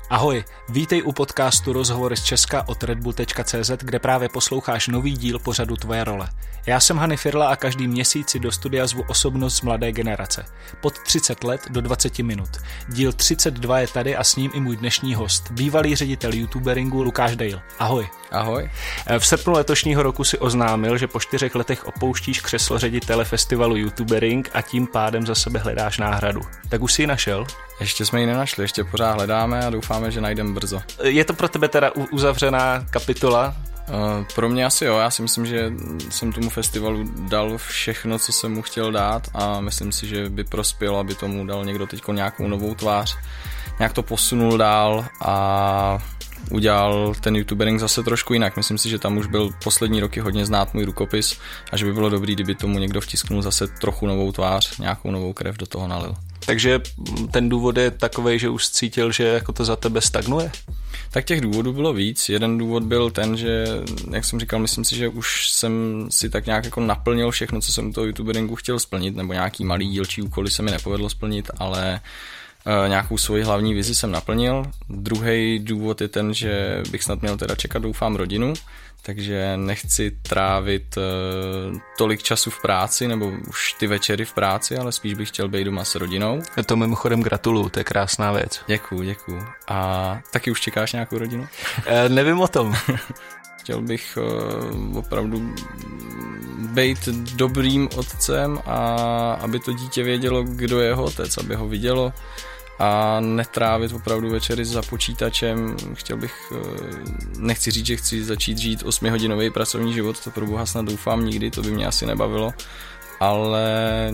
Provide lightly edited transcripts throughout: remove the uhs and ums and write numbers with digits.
Ahoj, vítej u podcastu Rozhovory z Česka od redbull.cz, kde právě posloucháš nový díl pořadu Tvoje role. Já jsem Hany Firla a každý měsíc si do studia zvu osobnost z mladé generace. Pod 30 let do 20 minut. Díl 32 je tady a s ním i můj dnešní host, bývalý ředitel youtuberingu Lukáš Dale. Ahoj. Ahoj. V srpnu letošního roku si oznámil, že po 4 letech opouštíš křeslo ředitele festivalu Youtubering a tím pádem za sebe hledáš náhradu. Tak už jsi ji našel? Ještě jsme ji nenašli, ještě pořád hledáme a doufáme, že najdeme brzo. Je to pro tebe teda uzavřená kapitola? Pro mě asi jo, já si myslím, že jsem tomu festivalu dal všechno, co jsem mu chtěl dát a myslím si, že by prospělo, aby tomu dal někdo teď nějakou novou tvář, nějak to posunul dál a udělal ten youtubering zase trošku jinak. Myslím si, že tam už byl poslední roky hodně znát můj rukopis a že by bylo dobrý, kdyby tomu někdo vtisknul zase trochu novou tvář, nějakou novou krev do toho nalil. Takže ten důvod je takovej, že už cítil, že jako to za tebe stagnuje? Tak těch důvodů bylo víc. Jeden důvod byl ten, že, jak jsem říkal, myslím si, že už jsem si tak nějak jako naplnil všechno, co jsem u toho youtuberingu chtěl splnit, nebo nějaký malý dílčí úkoly se mi nepovedlo splnit, ale nějakou svoji hlavní vizi jsem naplnil. Druhý důvod je ten, že bych snad měl teda čekat, doufám, rodinu, takže nechci trávit tolik času v práci, nebo už ty večery v práci, ale spíš bych chtěl být doma s rodinou. To mimochodem gratuluju, to je krásná věc. Děkuju. A taky už čekáš nějakou rodinu? Nevím o tom. Chtěl bych opravdu být dobrým otcem a aby to dítě vědělo, kdo je jeho otec, aby ho vidělo a netrávit opravdu večery za počítačem. Chtěl bych, nechci říct, že chci začít žít 8hodinový pracovní život, to pro boha snad doufám nikdy, to by mě asi nebavilo, ale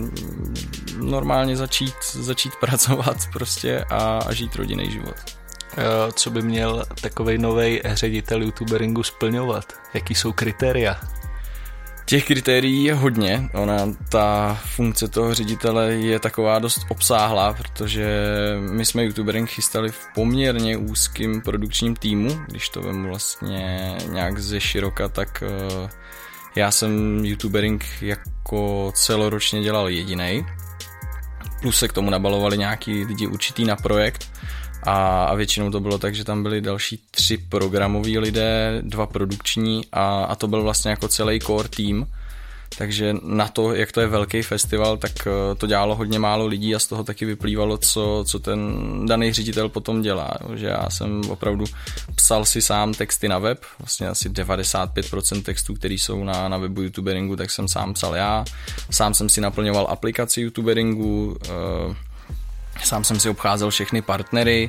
normálně začít pracovat prostě a žít rodinný život. Co by měl takovej novej ředitel youtuberingu splňovat? Jaký jsou kritéria? Těch kritérií je hodně. Ta funkce toho ředitele je taková dost obsáhlá, protože my jsme youtubering chystali v poměrně úzkým produkčním týmu. Když to vemu vlastně nějak ze široka, tak já jsem youtubering jako celoročně dělal jedinej. Plus se k tomu nabalovali nějaký lidi určitý na projekt. A většinou to bylo tak, že tam byli další 3 programoví lidé, 2 produkční a to byl vlastně jako celý core tým. Takže na to, jak to je velký festival, tak to dělalo hodně málo lidí a z toho taky vyplývalo, co ten daný ředitel potom dělá. Že já jsem opravdu psal si sám texty na web, vlastně asi 95% textů, které jsou na webu youtuberingu, tak jsem sám psal já. Sám jsem si naplňoval aplikaci youtuberingu, sám jsem si obcházel všechny partnery,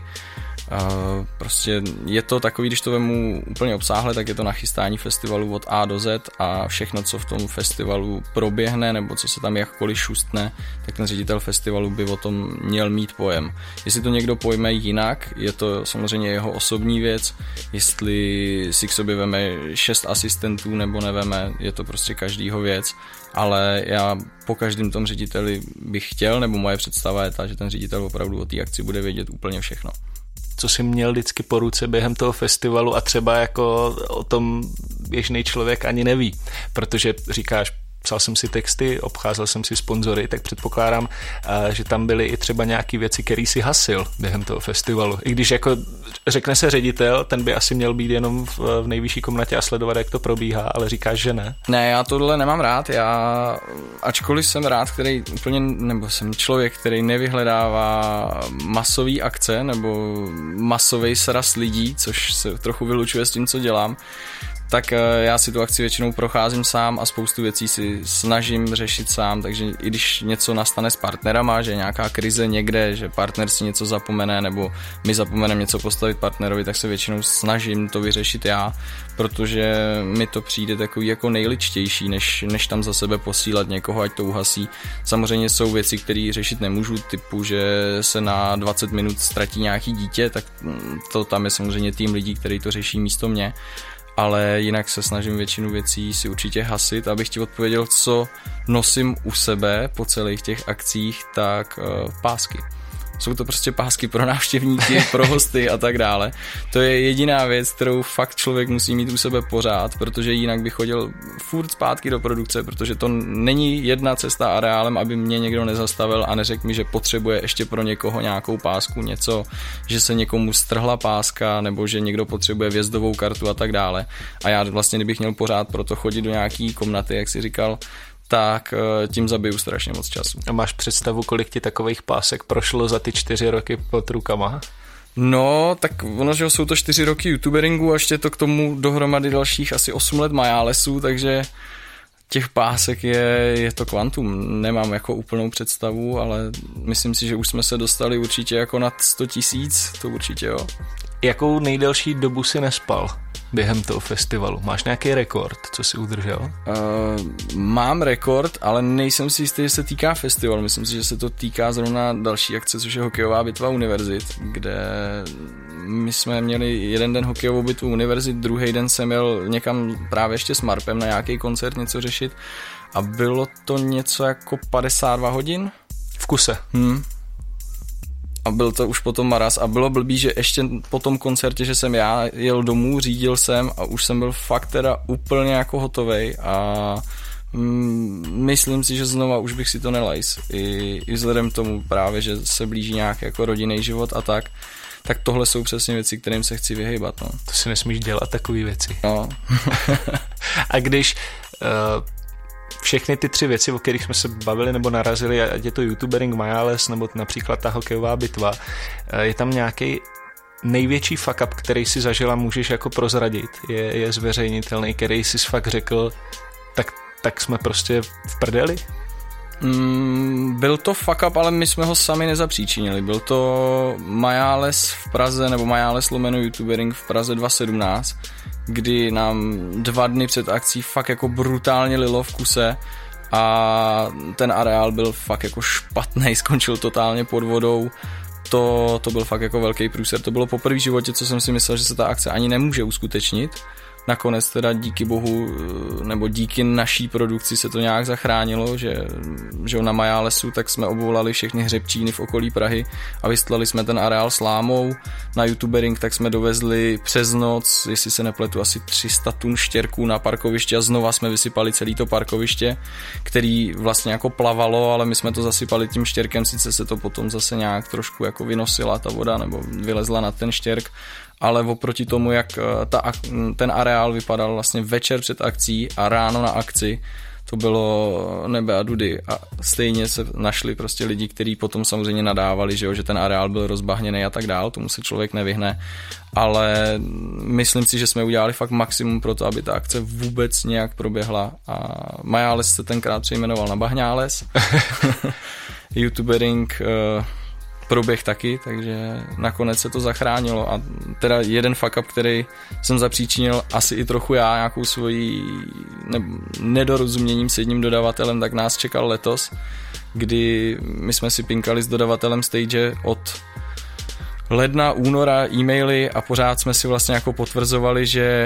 prostě je to takový, když to vemu úplně obsáhle, tak je to nachystání festivalu od A do Z a všechno, co v tom festivalu proběhne nebo co se tam jakkoliv šustne, tak ten ředitel festivalu by o tom měl mít pojem. Jestli to někdo pojme jinak, je to samozřejmě jeho osobní věc, jestli si k sobě veme 6 asistentů nebo neveme, je to prostě každýho věc, ale já po každém tom řediteli bych chtěl, nebo moje představa je ta, že ten ředitel opravdu o té akci bude vědět úplně všechno. Co jsi měl vždycky po ruce během toho festivalu a třeba jako o tom běžný člověk ani neví, protože říkáš, psal jsem si texty, obcházel jsem si sponzory, tak předpokládám, že tam byly i třeba nějaký věci, který si hasil během toho festivalu. I když jako řekne se ředitel, ten by asi měl být jenom v nejvyšší komnatě a sledovat, jak to probíhá, ale říkáš, že ne. Ne, já tohle nemám rád, ačkoliv jsem rád, nebo jsem člověk, který nevyhledává masový akce nebo masový sraz lidí, což se trochu vylučuje s tím, co dělám, tak já si tu akci většinou procházím sám a spoustu věcí si snažím řešit sám, takže i když něco nastane s partnerama, že nějaká krize někde, že partner si něco zapomene nebo my zapomeneme něco postavit partnerovi, tak se většinou snažím to vyřešit já, protože mi to přijde takový jako nejličtější, než tam za sebe posílat někoho, ať to uhasí. Samozřejmě jsou věci, které řešit nemůžu, typu, že se na 20 minut ztratí nějaký dítě, tak to tam je samozřejmě tým lidí, který to řeší místo mě. Ale jinak se snažím většinu věcí si určitě hasit. Abych ti odpověděl, co nosím u sebe po celých těch akcích, tak pásky. Jsou to prostě pásky pro návštěvníky, pro hosty a tak dále. To je jediná věc, kterou fakt člověk musí mít u sebe pořád, protože jinak by chodil furt zpátky do produkce, protože to není jedna cesta areálem, aby mě někdo nezastavil a neřekl mi, že potřebuje ještě pro někoho nějakou pásku, něco, že se někomu strhla páska, nebo že někdo potřebuje vjezdovou kartu a tak dále. A já vlastně, kdybych měl pořád proto chodit do nějaký komnaty, jak si říkal, tak tím zabiju strašně moc času. A máš představu, kolik ti takových pásek prošlo za ty 4 roky pod rukama? No, tak ono, že jsou to 4 roky youtuberingu a ještě to k tomu dohromady dalších asi 8 let Majálesů, takže těch pásek je to kvantum. Nemám jako úplnou představu, ale myslím si, že už jsme se dostali určitě jako nad 100 000, to určitě jo. Jakou nejdelší dobu si nespal během toho festivalu? Máš nějaký rekord, co jsi udržel? Mám rekord, ale nejsem si jistý, že se týká festivalu. Myslím si, že se to týká zrovna další akce, což je hokejová bitva univerzit, kde my jsme měli jeden den hokejovou bitvu univerzit, druhý den jsem jel někam právě ještě s Marpem na nějaký koncert něco řešit a bylo to něco jako 52 hodin. V kuse. A byl to už potom maraz a bylo blbý, že ještě po tom koncertě, že jsem já jel domů, řídil jsem a už jsem byl fakt teda úplně jako hotovej a myslím si, že znova už bych si to nelajs. I vzhledem k tomu právě, že se blíží nějak jako rodinný život a tak tohle jsou přesně věci, kterým se chci vyhejbat. No. To si nesmíš dělat takový věci. No. A když všechny ty 3 věci, o kterých jsme se bavili nebo narazili, ať je to youtubering, Majáles nebo například ta hokejová bitva, je tam nějaký největší fuck up, který si zažil a můžeš jako prozradit, je zveřejnitelný, který jsi fakt řekl, tak jsme prostě v prdeli? Byl to fuck up, ale my jsme ho sami nezapříčinili. Byl to Majáles v Praze, nebo Majáles lomeno youtubering v Praze 2017, kdy nám 2 dny před akcí fakt jako brutálně lilo v kuse a ten areál byl fakt jako špatný, skončil totálně pod vodou. To byl fakt jako velký průser. To bylo poprvé v životě, co jsem si myslel, že se ta akce ani nemůže uskutečnit. Nakonec teda díky bohu, nebo díky naší produkci se to nějak zachránilo, že na Majálesu tak jsme obvolali všechny hřebčíny v okolí Prahy a vystlali jsme ten areál slámou. Na youtubering tak jsme dovezli přes noc, jestli se nepletu, asi 300 tun štěrků na parkoviště a znova jsme vysypali celé to parkoviště, který vlastně jako plavalo, ale my jsme to zasypali tím štěrkem, sice se to potom zase nějak trošku jako vynosila ta voda nebo vylezla na ten štěrk, ale oproti tomu, jak ten areál vypadal vlastně večer před akcí a ráno na akci, to bylo nebe a dudy a stejně se našli prostě lidi, kteří potom samozřejmě nadávali, že ten areál byl rozbahněný a tak dál, tomu se člověk nevyhne, ale myslím si, že jsme udělali fakt maximum pro to, aby ta akce vůbec nějak proběhla a Majáles se tenkrát přejmenoval na Bahňáles, youtubering proběh taky, takže nakonec se to zachránilo a teda jeden fuck up, který jsem zapříčinil asi i trochu já nějakou svojí nedorozuměním s jedním dodavatelem, tak nás čekal letos, kdy my jsme si pinkali s dodavatelem stage od ledna, února e-maily a pořád jsme si vlastně jako potvrzovali, že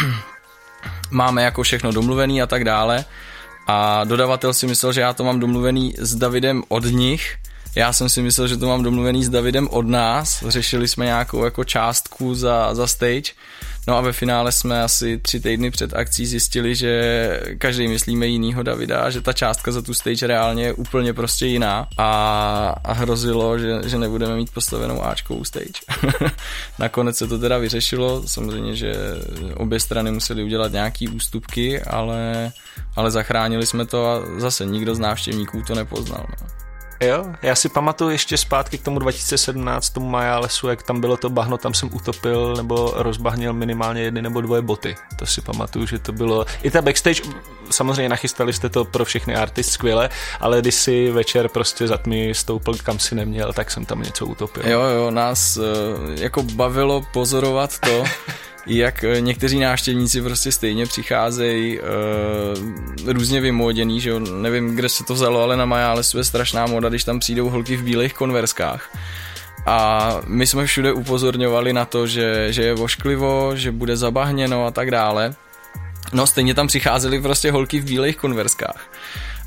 máme jako všechno domluvený a tak dále a dodavatel si myslel, že já to mám domluvený s Davidem od nich. Já jsem si myslel, že to mám domluvený s Davidem od nás, řešili jsme nějakou jako částku za stage, no a ve finále jsme asi 3 týdny před akcí zjistili, že každý myslíme jinýho Davida a že ta částka za tu stage reálně je úplně prostě jiná a hrozilo, že nebudeme mít postavenou Ačkovou stage. Nakonec se to teda vyřešilo, samozřejmě, že obě strany museli udělat nějaký ústupky, ale zachránili jsme to a zase nikdo z návštěvníků to nepoznal. No. Jo, já si pamatuju ještě zpátky k tomu 2017, tomu Majálesu, jak tam bylo to bahno, tam jsem utopil nebo rozbahnil minimálně 1 nebo 2 boty. To si pamatuju, že to bylo... I ta backstage, samozřejmě nachystali jste to pro všechny artisty skvěle, ale když si večer prostě za tmy stoupil, kam si neměl, tak jsem tam něco utopil. Jo, nás jako bavilo pozorovat to, jak někteří návštěvníci prostě stejně přicházejí různě vymóděný, že jo, nevím, kde se to vzalo, ale na Majálesu je strašná moda, když tam přijdou holky v bílých konverskách. A my jsme všude upozorňovali na to, že je vošklivo, že bude zabahněno a tak dále. No stejně tam přicházely prostě holky v bílých konverskách.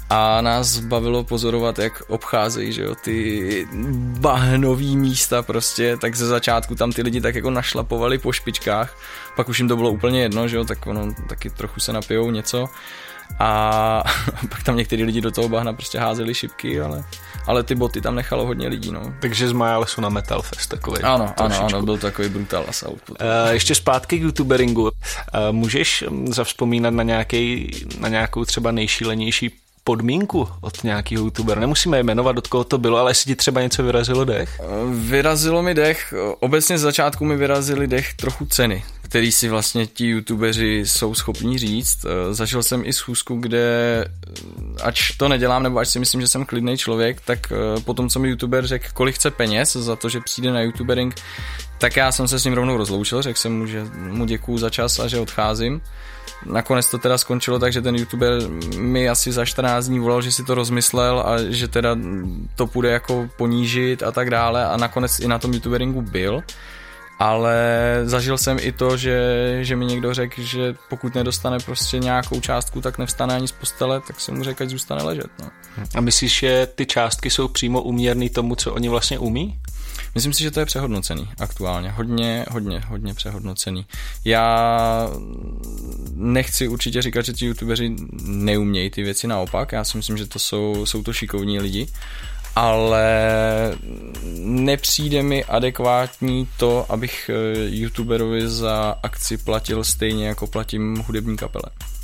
a nás bavilo pozorovat, jak obcházejí, že jo, ty bahnový místa prostě, tak ze začátku tam ty lidi tak jako našlapovali po špičkách, pak už jim to bylo úplně jedno, že jo, tak ono taky trochu se napijou něco a pak tam některý lidi do toho bahna prostě házeli šipky, ale ty boty tam nechalo hodně lidí, no. Takže z Majalesu na Metal Fest takový. Ano, byl takový brutal assault. Ještě zpátky k youtuberingu. Můžeš zavzpomínat na nějakou třeba nejšílenější podmínku od nějakého youtubera? Nemusíme jmenovat, od koho to bylo, ale jestli ti třeba něco vyrazilo dech? Vyrazilo mi dech, obecně z začátku mi vyrazily dech trochu ceny, který si vlastně ti youtubeři jsou schopní říct. Zažil jsem i schůzku, kde ač to nedělám, nebo ač si myslím, že jsem klidný člověk, tak potom, co mi youtuber řekl, kolik chce peněz za to, že přijde na youtubering, tak já jsem se s ním rovnou rozloučil, řekl jsem mu, že mu děkuju za čas a že odcházím. Nakonec to teda skončilo tak, že ten youtuber mi asi za 14 dní volal, že si to rozmyslel a že teda to půjde jako ponížit a tak dále a nakonec i na tom youtuberingu byl. Ale zažil jsem i to, že mi někdo řekl, že pokud nedostane prostě nějakou částku, tak nevstane ani z postele, tak se mu řekl, ať zůstane ležet. No. A myslíš, že ty částky jsou přímo úměrný tomu, co oni vlastně umí? Myslím si, že to je přehodnocený aktuálně. Hodně přehodnocený. Já nechci určitě říkat, že ti youtubeři neumějí ty věci, naopak. Já si myslím, že to jsou to šikovní lidi. Ale nepřijde mi adekvátní to, abych youtuberovi za akci platil stejně, jako platím hudební kapele.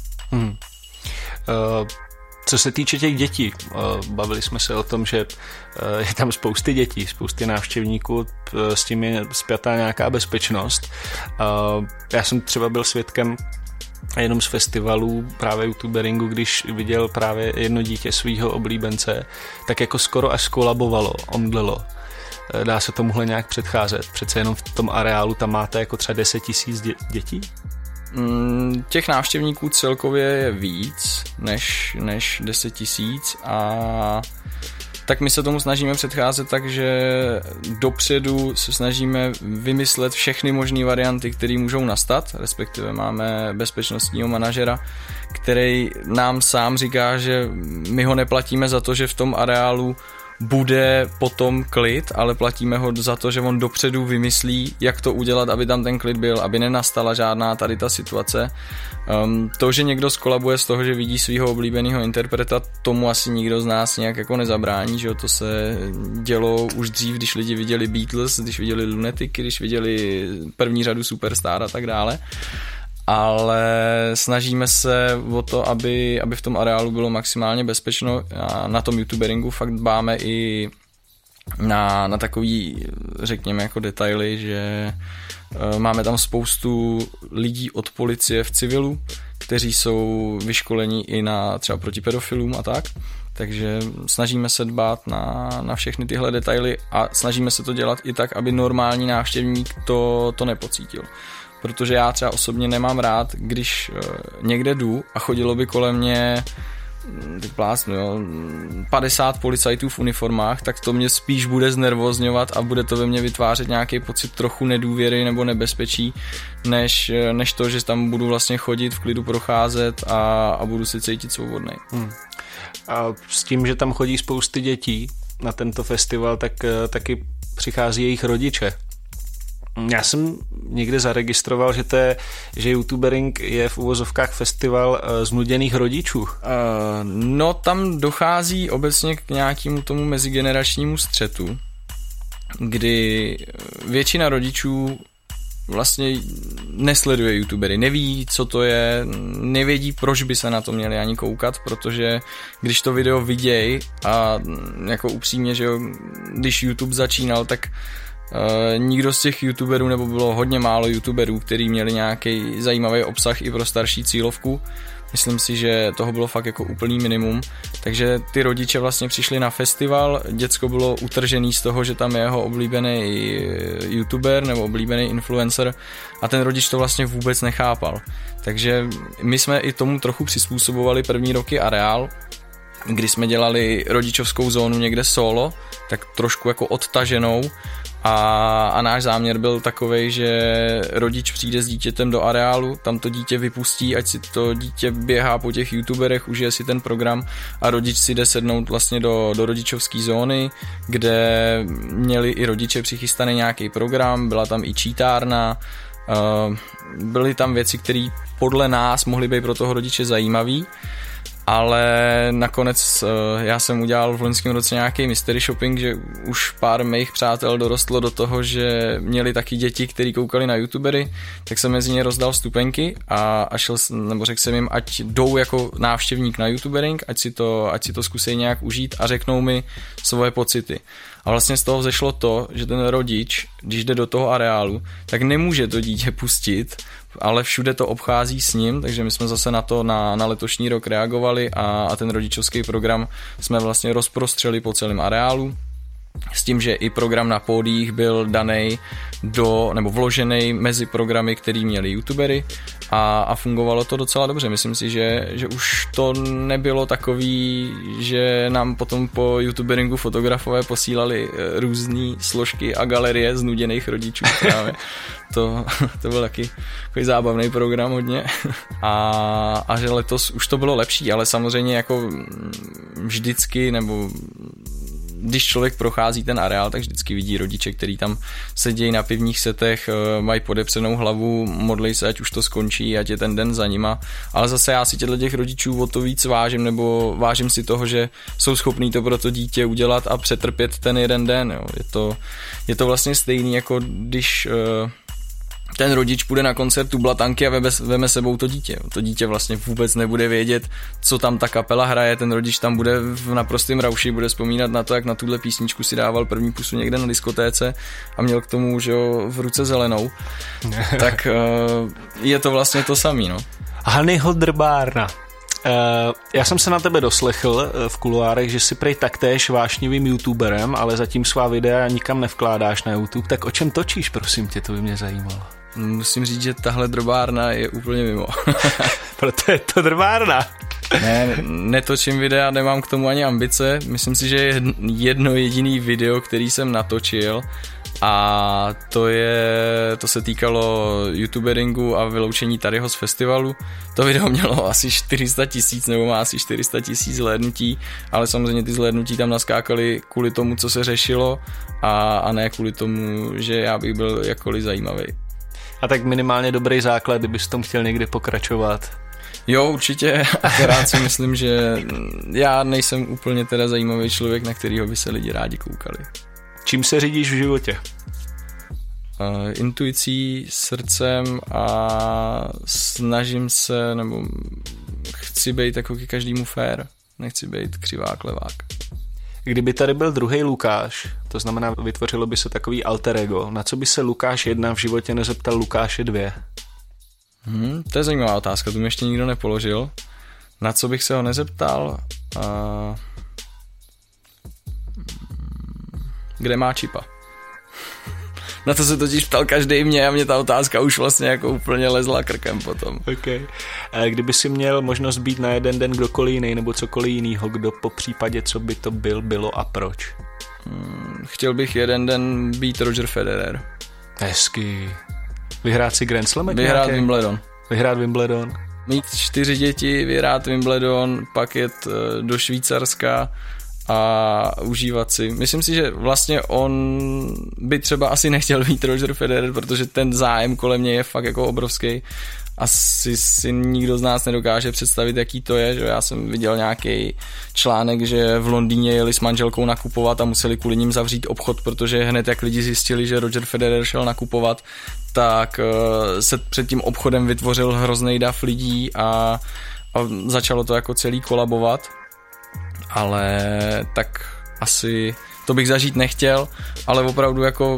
Co se týče těch dětí, bavili jsme se o tom, že je tam spousty dětí, spousty návštěvníků, s tím je spjatá nějaká bezpečnost. Já jsem třeba byl svědkem jenom z festivalů právě youtuberingu, když viděl právě jedno dítě svýho oblíbence, tak jako skoro až skolabovalo, omdlelo. Dá se tomuhle nějak předcházet? Přece jenom v tom areálu tam máte jako třeba 10 000 dětí? Těch návštěvníků celkově je víc než 10 000 a tak my se tomu snažíme předcházet, takže dopředu se snažíme vymyslet všechny možné varianty, které můžou nastat, respektive máme bezpečnostního manažera, který nám sám říká, že my ho neplatíme za to, že v tom areálu bude potom klid, ale platíme ho za to, že on dopředu vymyslí, jak to udělat, aby tam ten klid byl, aby nenastala žádná tady ta situace. To, že někdo skolabuje z toho, že vidí svého oblíbeného interpreta, tomu asi nikdo z nás nějak jako nezabrání, že jo? To se dělo už dřív, když lidi viděli Beatles, když viděli Lunatiky, když viděli první řadu Superstar a tak dále. Ale snažíme se o to, aby v tom areálu bylo maximálně bezpečno a na tom youtuberingu fakt dbáme i na takový, řekněme, jako detaily, že máme tam spoustu lidí od policie v civilu, kteří jsou vyškolení i na třeba proti pedofilům a tak. Takže snažíme se dbát na všechny tyhle detaily a snažíme se to dělat i tak, aby normální návštěvník to nepocítil. Protože já třeba osobně nemám rád, když někde jdu a chodilo by kolem mě 50 policajtů v uniformách, tak to mě spíš bude znervozňovat a bude to ve mně vytvářet nějaký pocit trochu nedůvěry nebo nebezpečí, než to, že tam budu vlastně chodit, v klidu procházet a budu si cítit svobodnej. A s tím, že tam chodí spousty dětí na tento festival, tak taky přichází jejich rodiče. Já jsem někde zaregistroval, že youtubering je v uvozovkách festival znuděných rodičů. No tam dochází obecně k nějakému tomu mezigeneračnímu střetu, kdy většina rodičů vlastně nesleduje youtubery, neví, co to je, nevědí, proč by se na to měli ani koukat, protože když to video vidějí a jako upřímně, že jo, když YouTube začínal, tak nikdo z těch youtuberů, nebo bylo hodně málo youtuberů, který měli nějaký zajímavý obsah i pro starší cílovku. Myslím si, že toho bylo fakt jako úplný minimum. Takže ty rodiče vlastně přišli na festival, děcko bylo utržený z toho, že tam je jeho oblíbený youtuber nebo oblíbený influencer a ten rodič to vlastně vůbec nechápal. Takže my jsme i tomu trochu přizpůsobovali první roky areál, kdy jsme dělali rodičovskou zónu někde solo, tak trošku jako odtaženou A náš záměr byl takovej, že rodič přijde s dítětem do areálu, tam to dítě vypustí, ať si to dítě běhá po těch youtuberech, užije si ten program a rodič si jde sednout vlastně do rodičovské zóny, kde měli i rodiče přichystaný nějaký program, byla tam i čítárna, byly tam věci, které podle nás mohly být pro toho rodiče zajímavý, ale nakonec já jsem udělal v loňském roce nějaký mystery shopping, že už pár mých přátel dorostlo do toho, že měli taky děti, kteří koukali na youtubery, tak jsem mezi ně rozdal vstupenky a šel, nebo řekl jsem jim, ať jdou jako návštěvník na youtubering, ať si to zkusí nějak užít a řeknou mi svoje pocity. A vlastně z toho vzešlo to, že ten rodič, když jde do toho areálu, tak nemůže to dítě pustit, ale všude to obchází s ním, takže my jsme zase na to na letošní rok reagovali a ten rodičovský program jsme vlastně rozprostřeli po celém areálu. S tím, že i program na pódiích byl daný nebo vložený mezi programy, který měli youtubery a fungovalo to docela dobře. Myslím si, že už to nebylo takový, že nám potom po youtuberingu fotografové posílali různé složky a galerie znuděných rodičů právě. To byl taky takový zábavný program hodně a že letos už to bylo lepší, ale samozřejmě jako vždycky nebo když člověk prochází ten areál, tak vždycky vidí rodiče, který tam sedějí na pivních setech, mají podepřenou hlavu, modlej se, ať už to skončí, ať je ten den za nima. Ale zase já si těch rodičů o to víc vážím, nebo vážím si toho, že jsou schopní to pro to dítě udělat a přetrpět ten jeden den. Jo. Je to vlastně stejný, jako když ten rodič půjde na koncert tu Blatanky a veme sebou to dítě. To dítě vlastně vůbec nebude vědět, co tam ta kapela hraje, ten rodič tam bude v naprostém rauši, bude vzpomínat na to, jak na tuhle písničku si dával první pusu někde na diskotéce a měl k tomu, že jo, v ruce zelenou. Tak je to vlastně to samý, no. Hanyho Drbárna. Já jsem se na tebe doslechl v kuloárech, že jsi prej taktéž vášnivým youtuberem, ale zatím svá videa nikam nevkládáš na YouTube, tak o čem točíš, prosím tě, to by mě zajímalo. Musím říct, že tahle drbárna je úplně mimo. Proto je to drbárna. Ne, netočím videa, nemám k tomu ani ambice. Myslím si, že je jedno jediný video, který jsem natočil a to se týkalo youtuberingu a vyloučení Tadyho z festivalu. To video mělo asi 400 000 nebo má asi 400 000 zhlédnutí, ale samozřejmě ty zhlédnutí tam naskákaly kvůli tomu, co se řešilo a ne kvůli tomu, že já bych byl jakkoliv zajímavý. A tak minimálně dobrý základ, kdybys tom chtěl někdy pokračovat. Jo, určitě, akorát si myslím, že já nejsem úplně teda zajímavý člověk, na kterýho by se lidi rádi koukali. Čím se řídíš v životě? Intuicí, srdcem a snažím se, nebo chci být jako ke každému fair, nechci být křivák, levák. Kdyby tady byl druhý Lukáš, to znamená, vytvořilo by se takový alter ego, na co by se Lukáš 1 v životě nezeptal Lukáše 2? To je zajímavá otázka, tu mi ještě nikdo nepoložil. Na co bych se ho nezeptal? Kde má čipa? Na to se totiž ptal každý mě a mě ta otázka už vlastně jako úplně lezla krkem potom. Okay. Kdyby si měl možnost být na jeden den kdokoliv jiný nebo cokoliv jinýho, kdo po případě, co by to bylo a proč? Chtěl bych jeden den být Roger Federer. Hezky. Vyhrát si Grand Slam? Vyhrát Wimbledon. Mít 4 děti, vyhrát Wimbledon, pak jet do Švýcarska a užívat si. Myslím si, že vlastně on by třeba asi nechtěl být Roger Federer, protože ten zájem kolem něj je fakt jako obrovský. Asi si nikdo z nás nedokáže představit, jaký to je, že já jsem viděl nějaký článek, že v Londýně jeli s manželkou nakupovat a museli kvůli ním zavřít obchod, protože hned jak lidi zjistili, že Roger Federer šel nakupovat, tak se před tím obchodem vytvořil hrozný dav lidí a začalo to jako celý kolabovat. Ale tak asi to bych zažít nechtěl, ale opravdu jako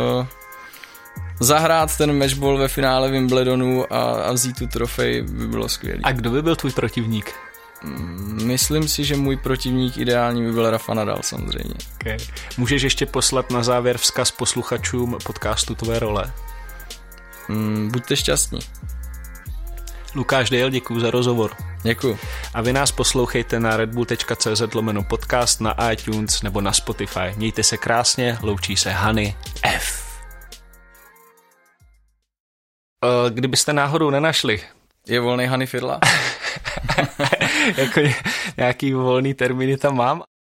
zahrát ten matchball ve finále Wimbledonu a vzít tu trofej by bylo skvělý. A kdo by byl tvůj protivník? Myslím si, že můj protivník ideální by byl Rafa Nadal samozřejmě. Okay. Můžeš ještě poslat na závěr vzkaz posluchačům podcastu Tvoje role? Buďte šťastní. Lukáš Dejl, děkuju za rozhovor. Děkuju. A vy nás poslouchejte na redbull.cz/podcast, na iTunes nebo na Spotify. Mějte se krásně, loučí se Hany F. Kdybyste náhodou nenašli. Je volný Hany Firla? Jako nějaký volný termíny tam mám.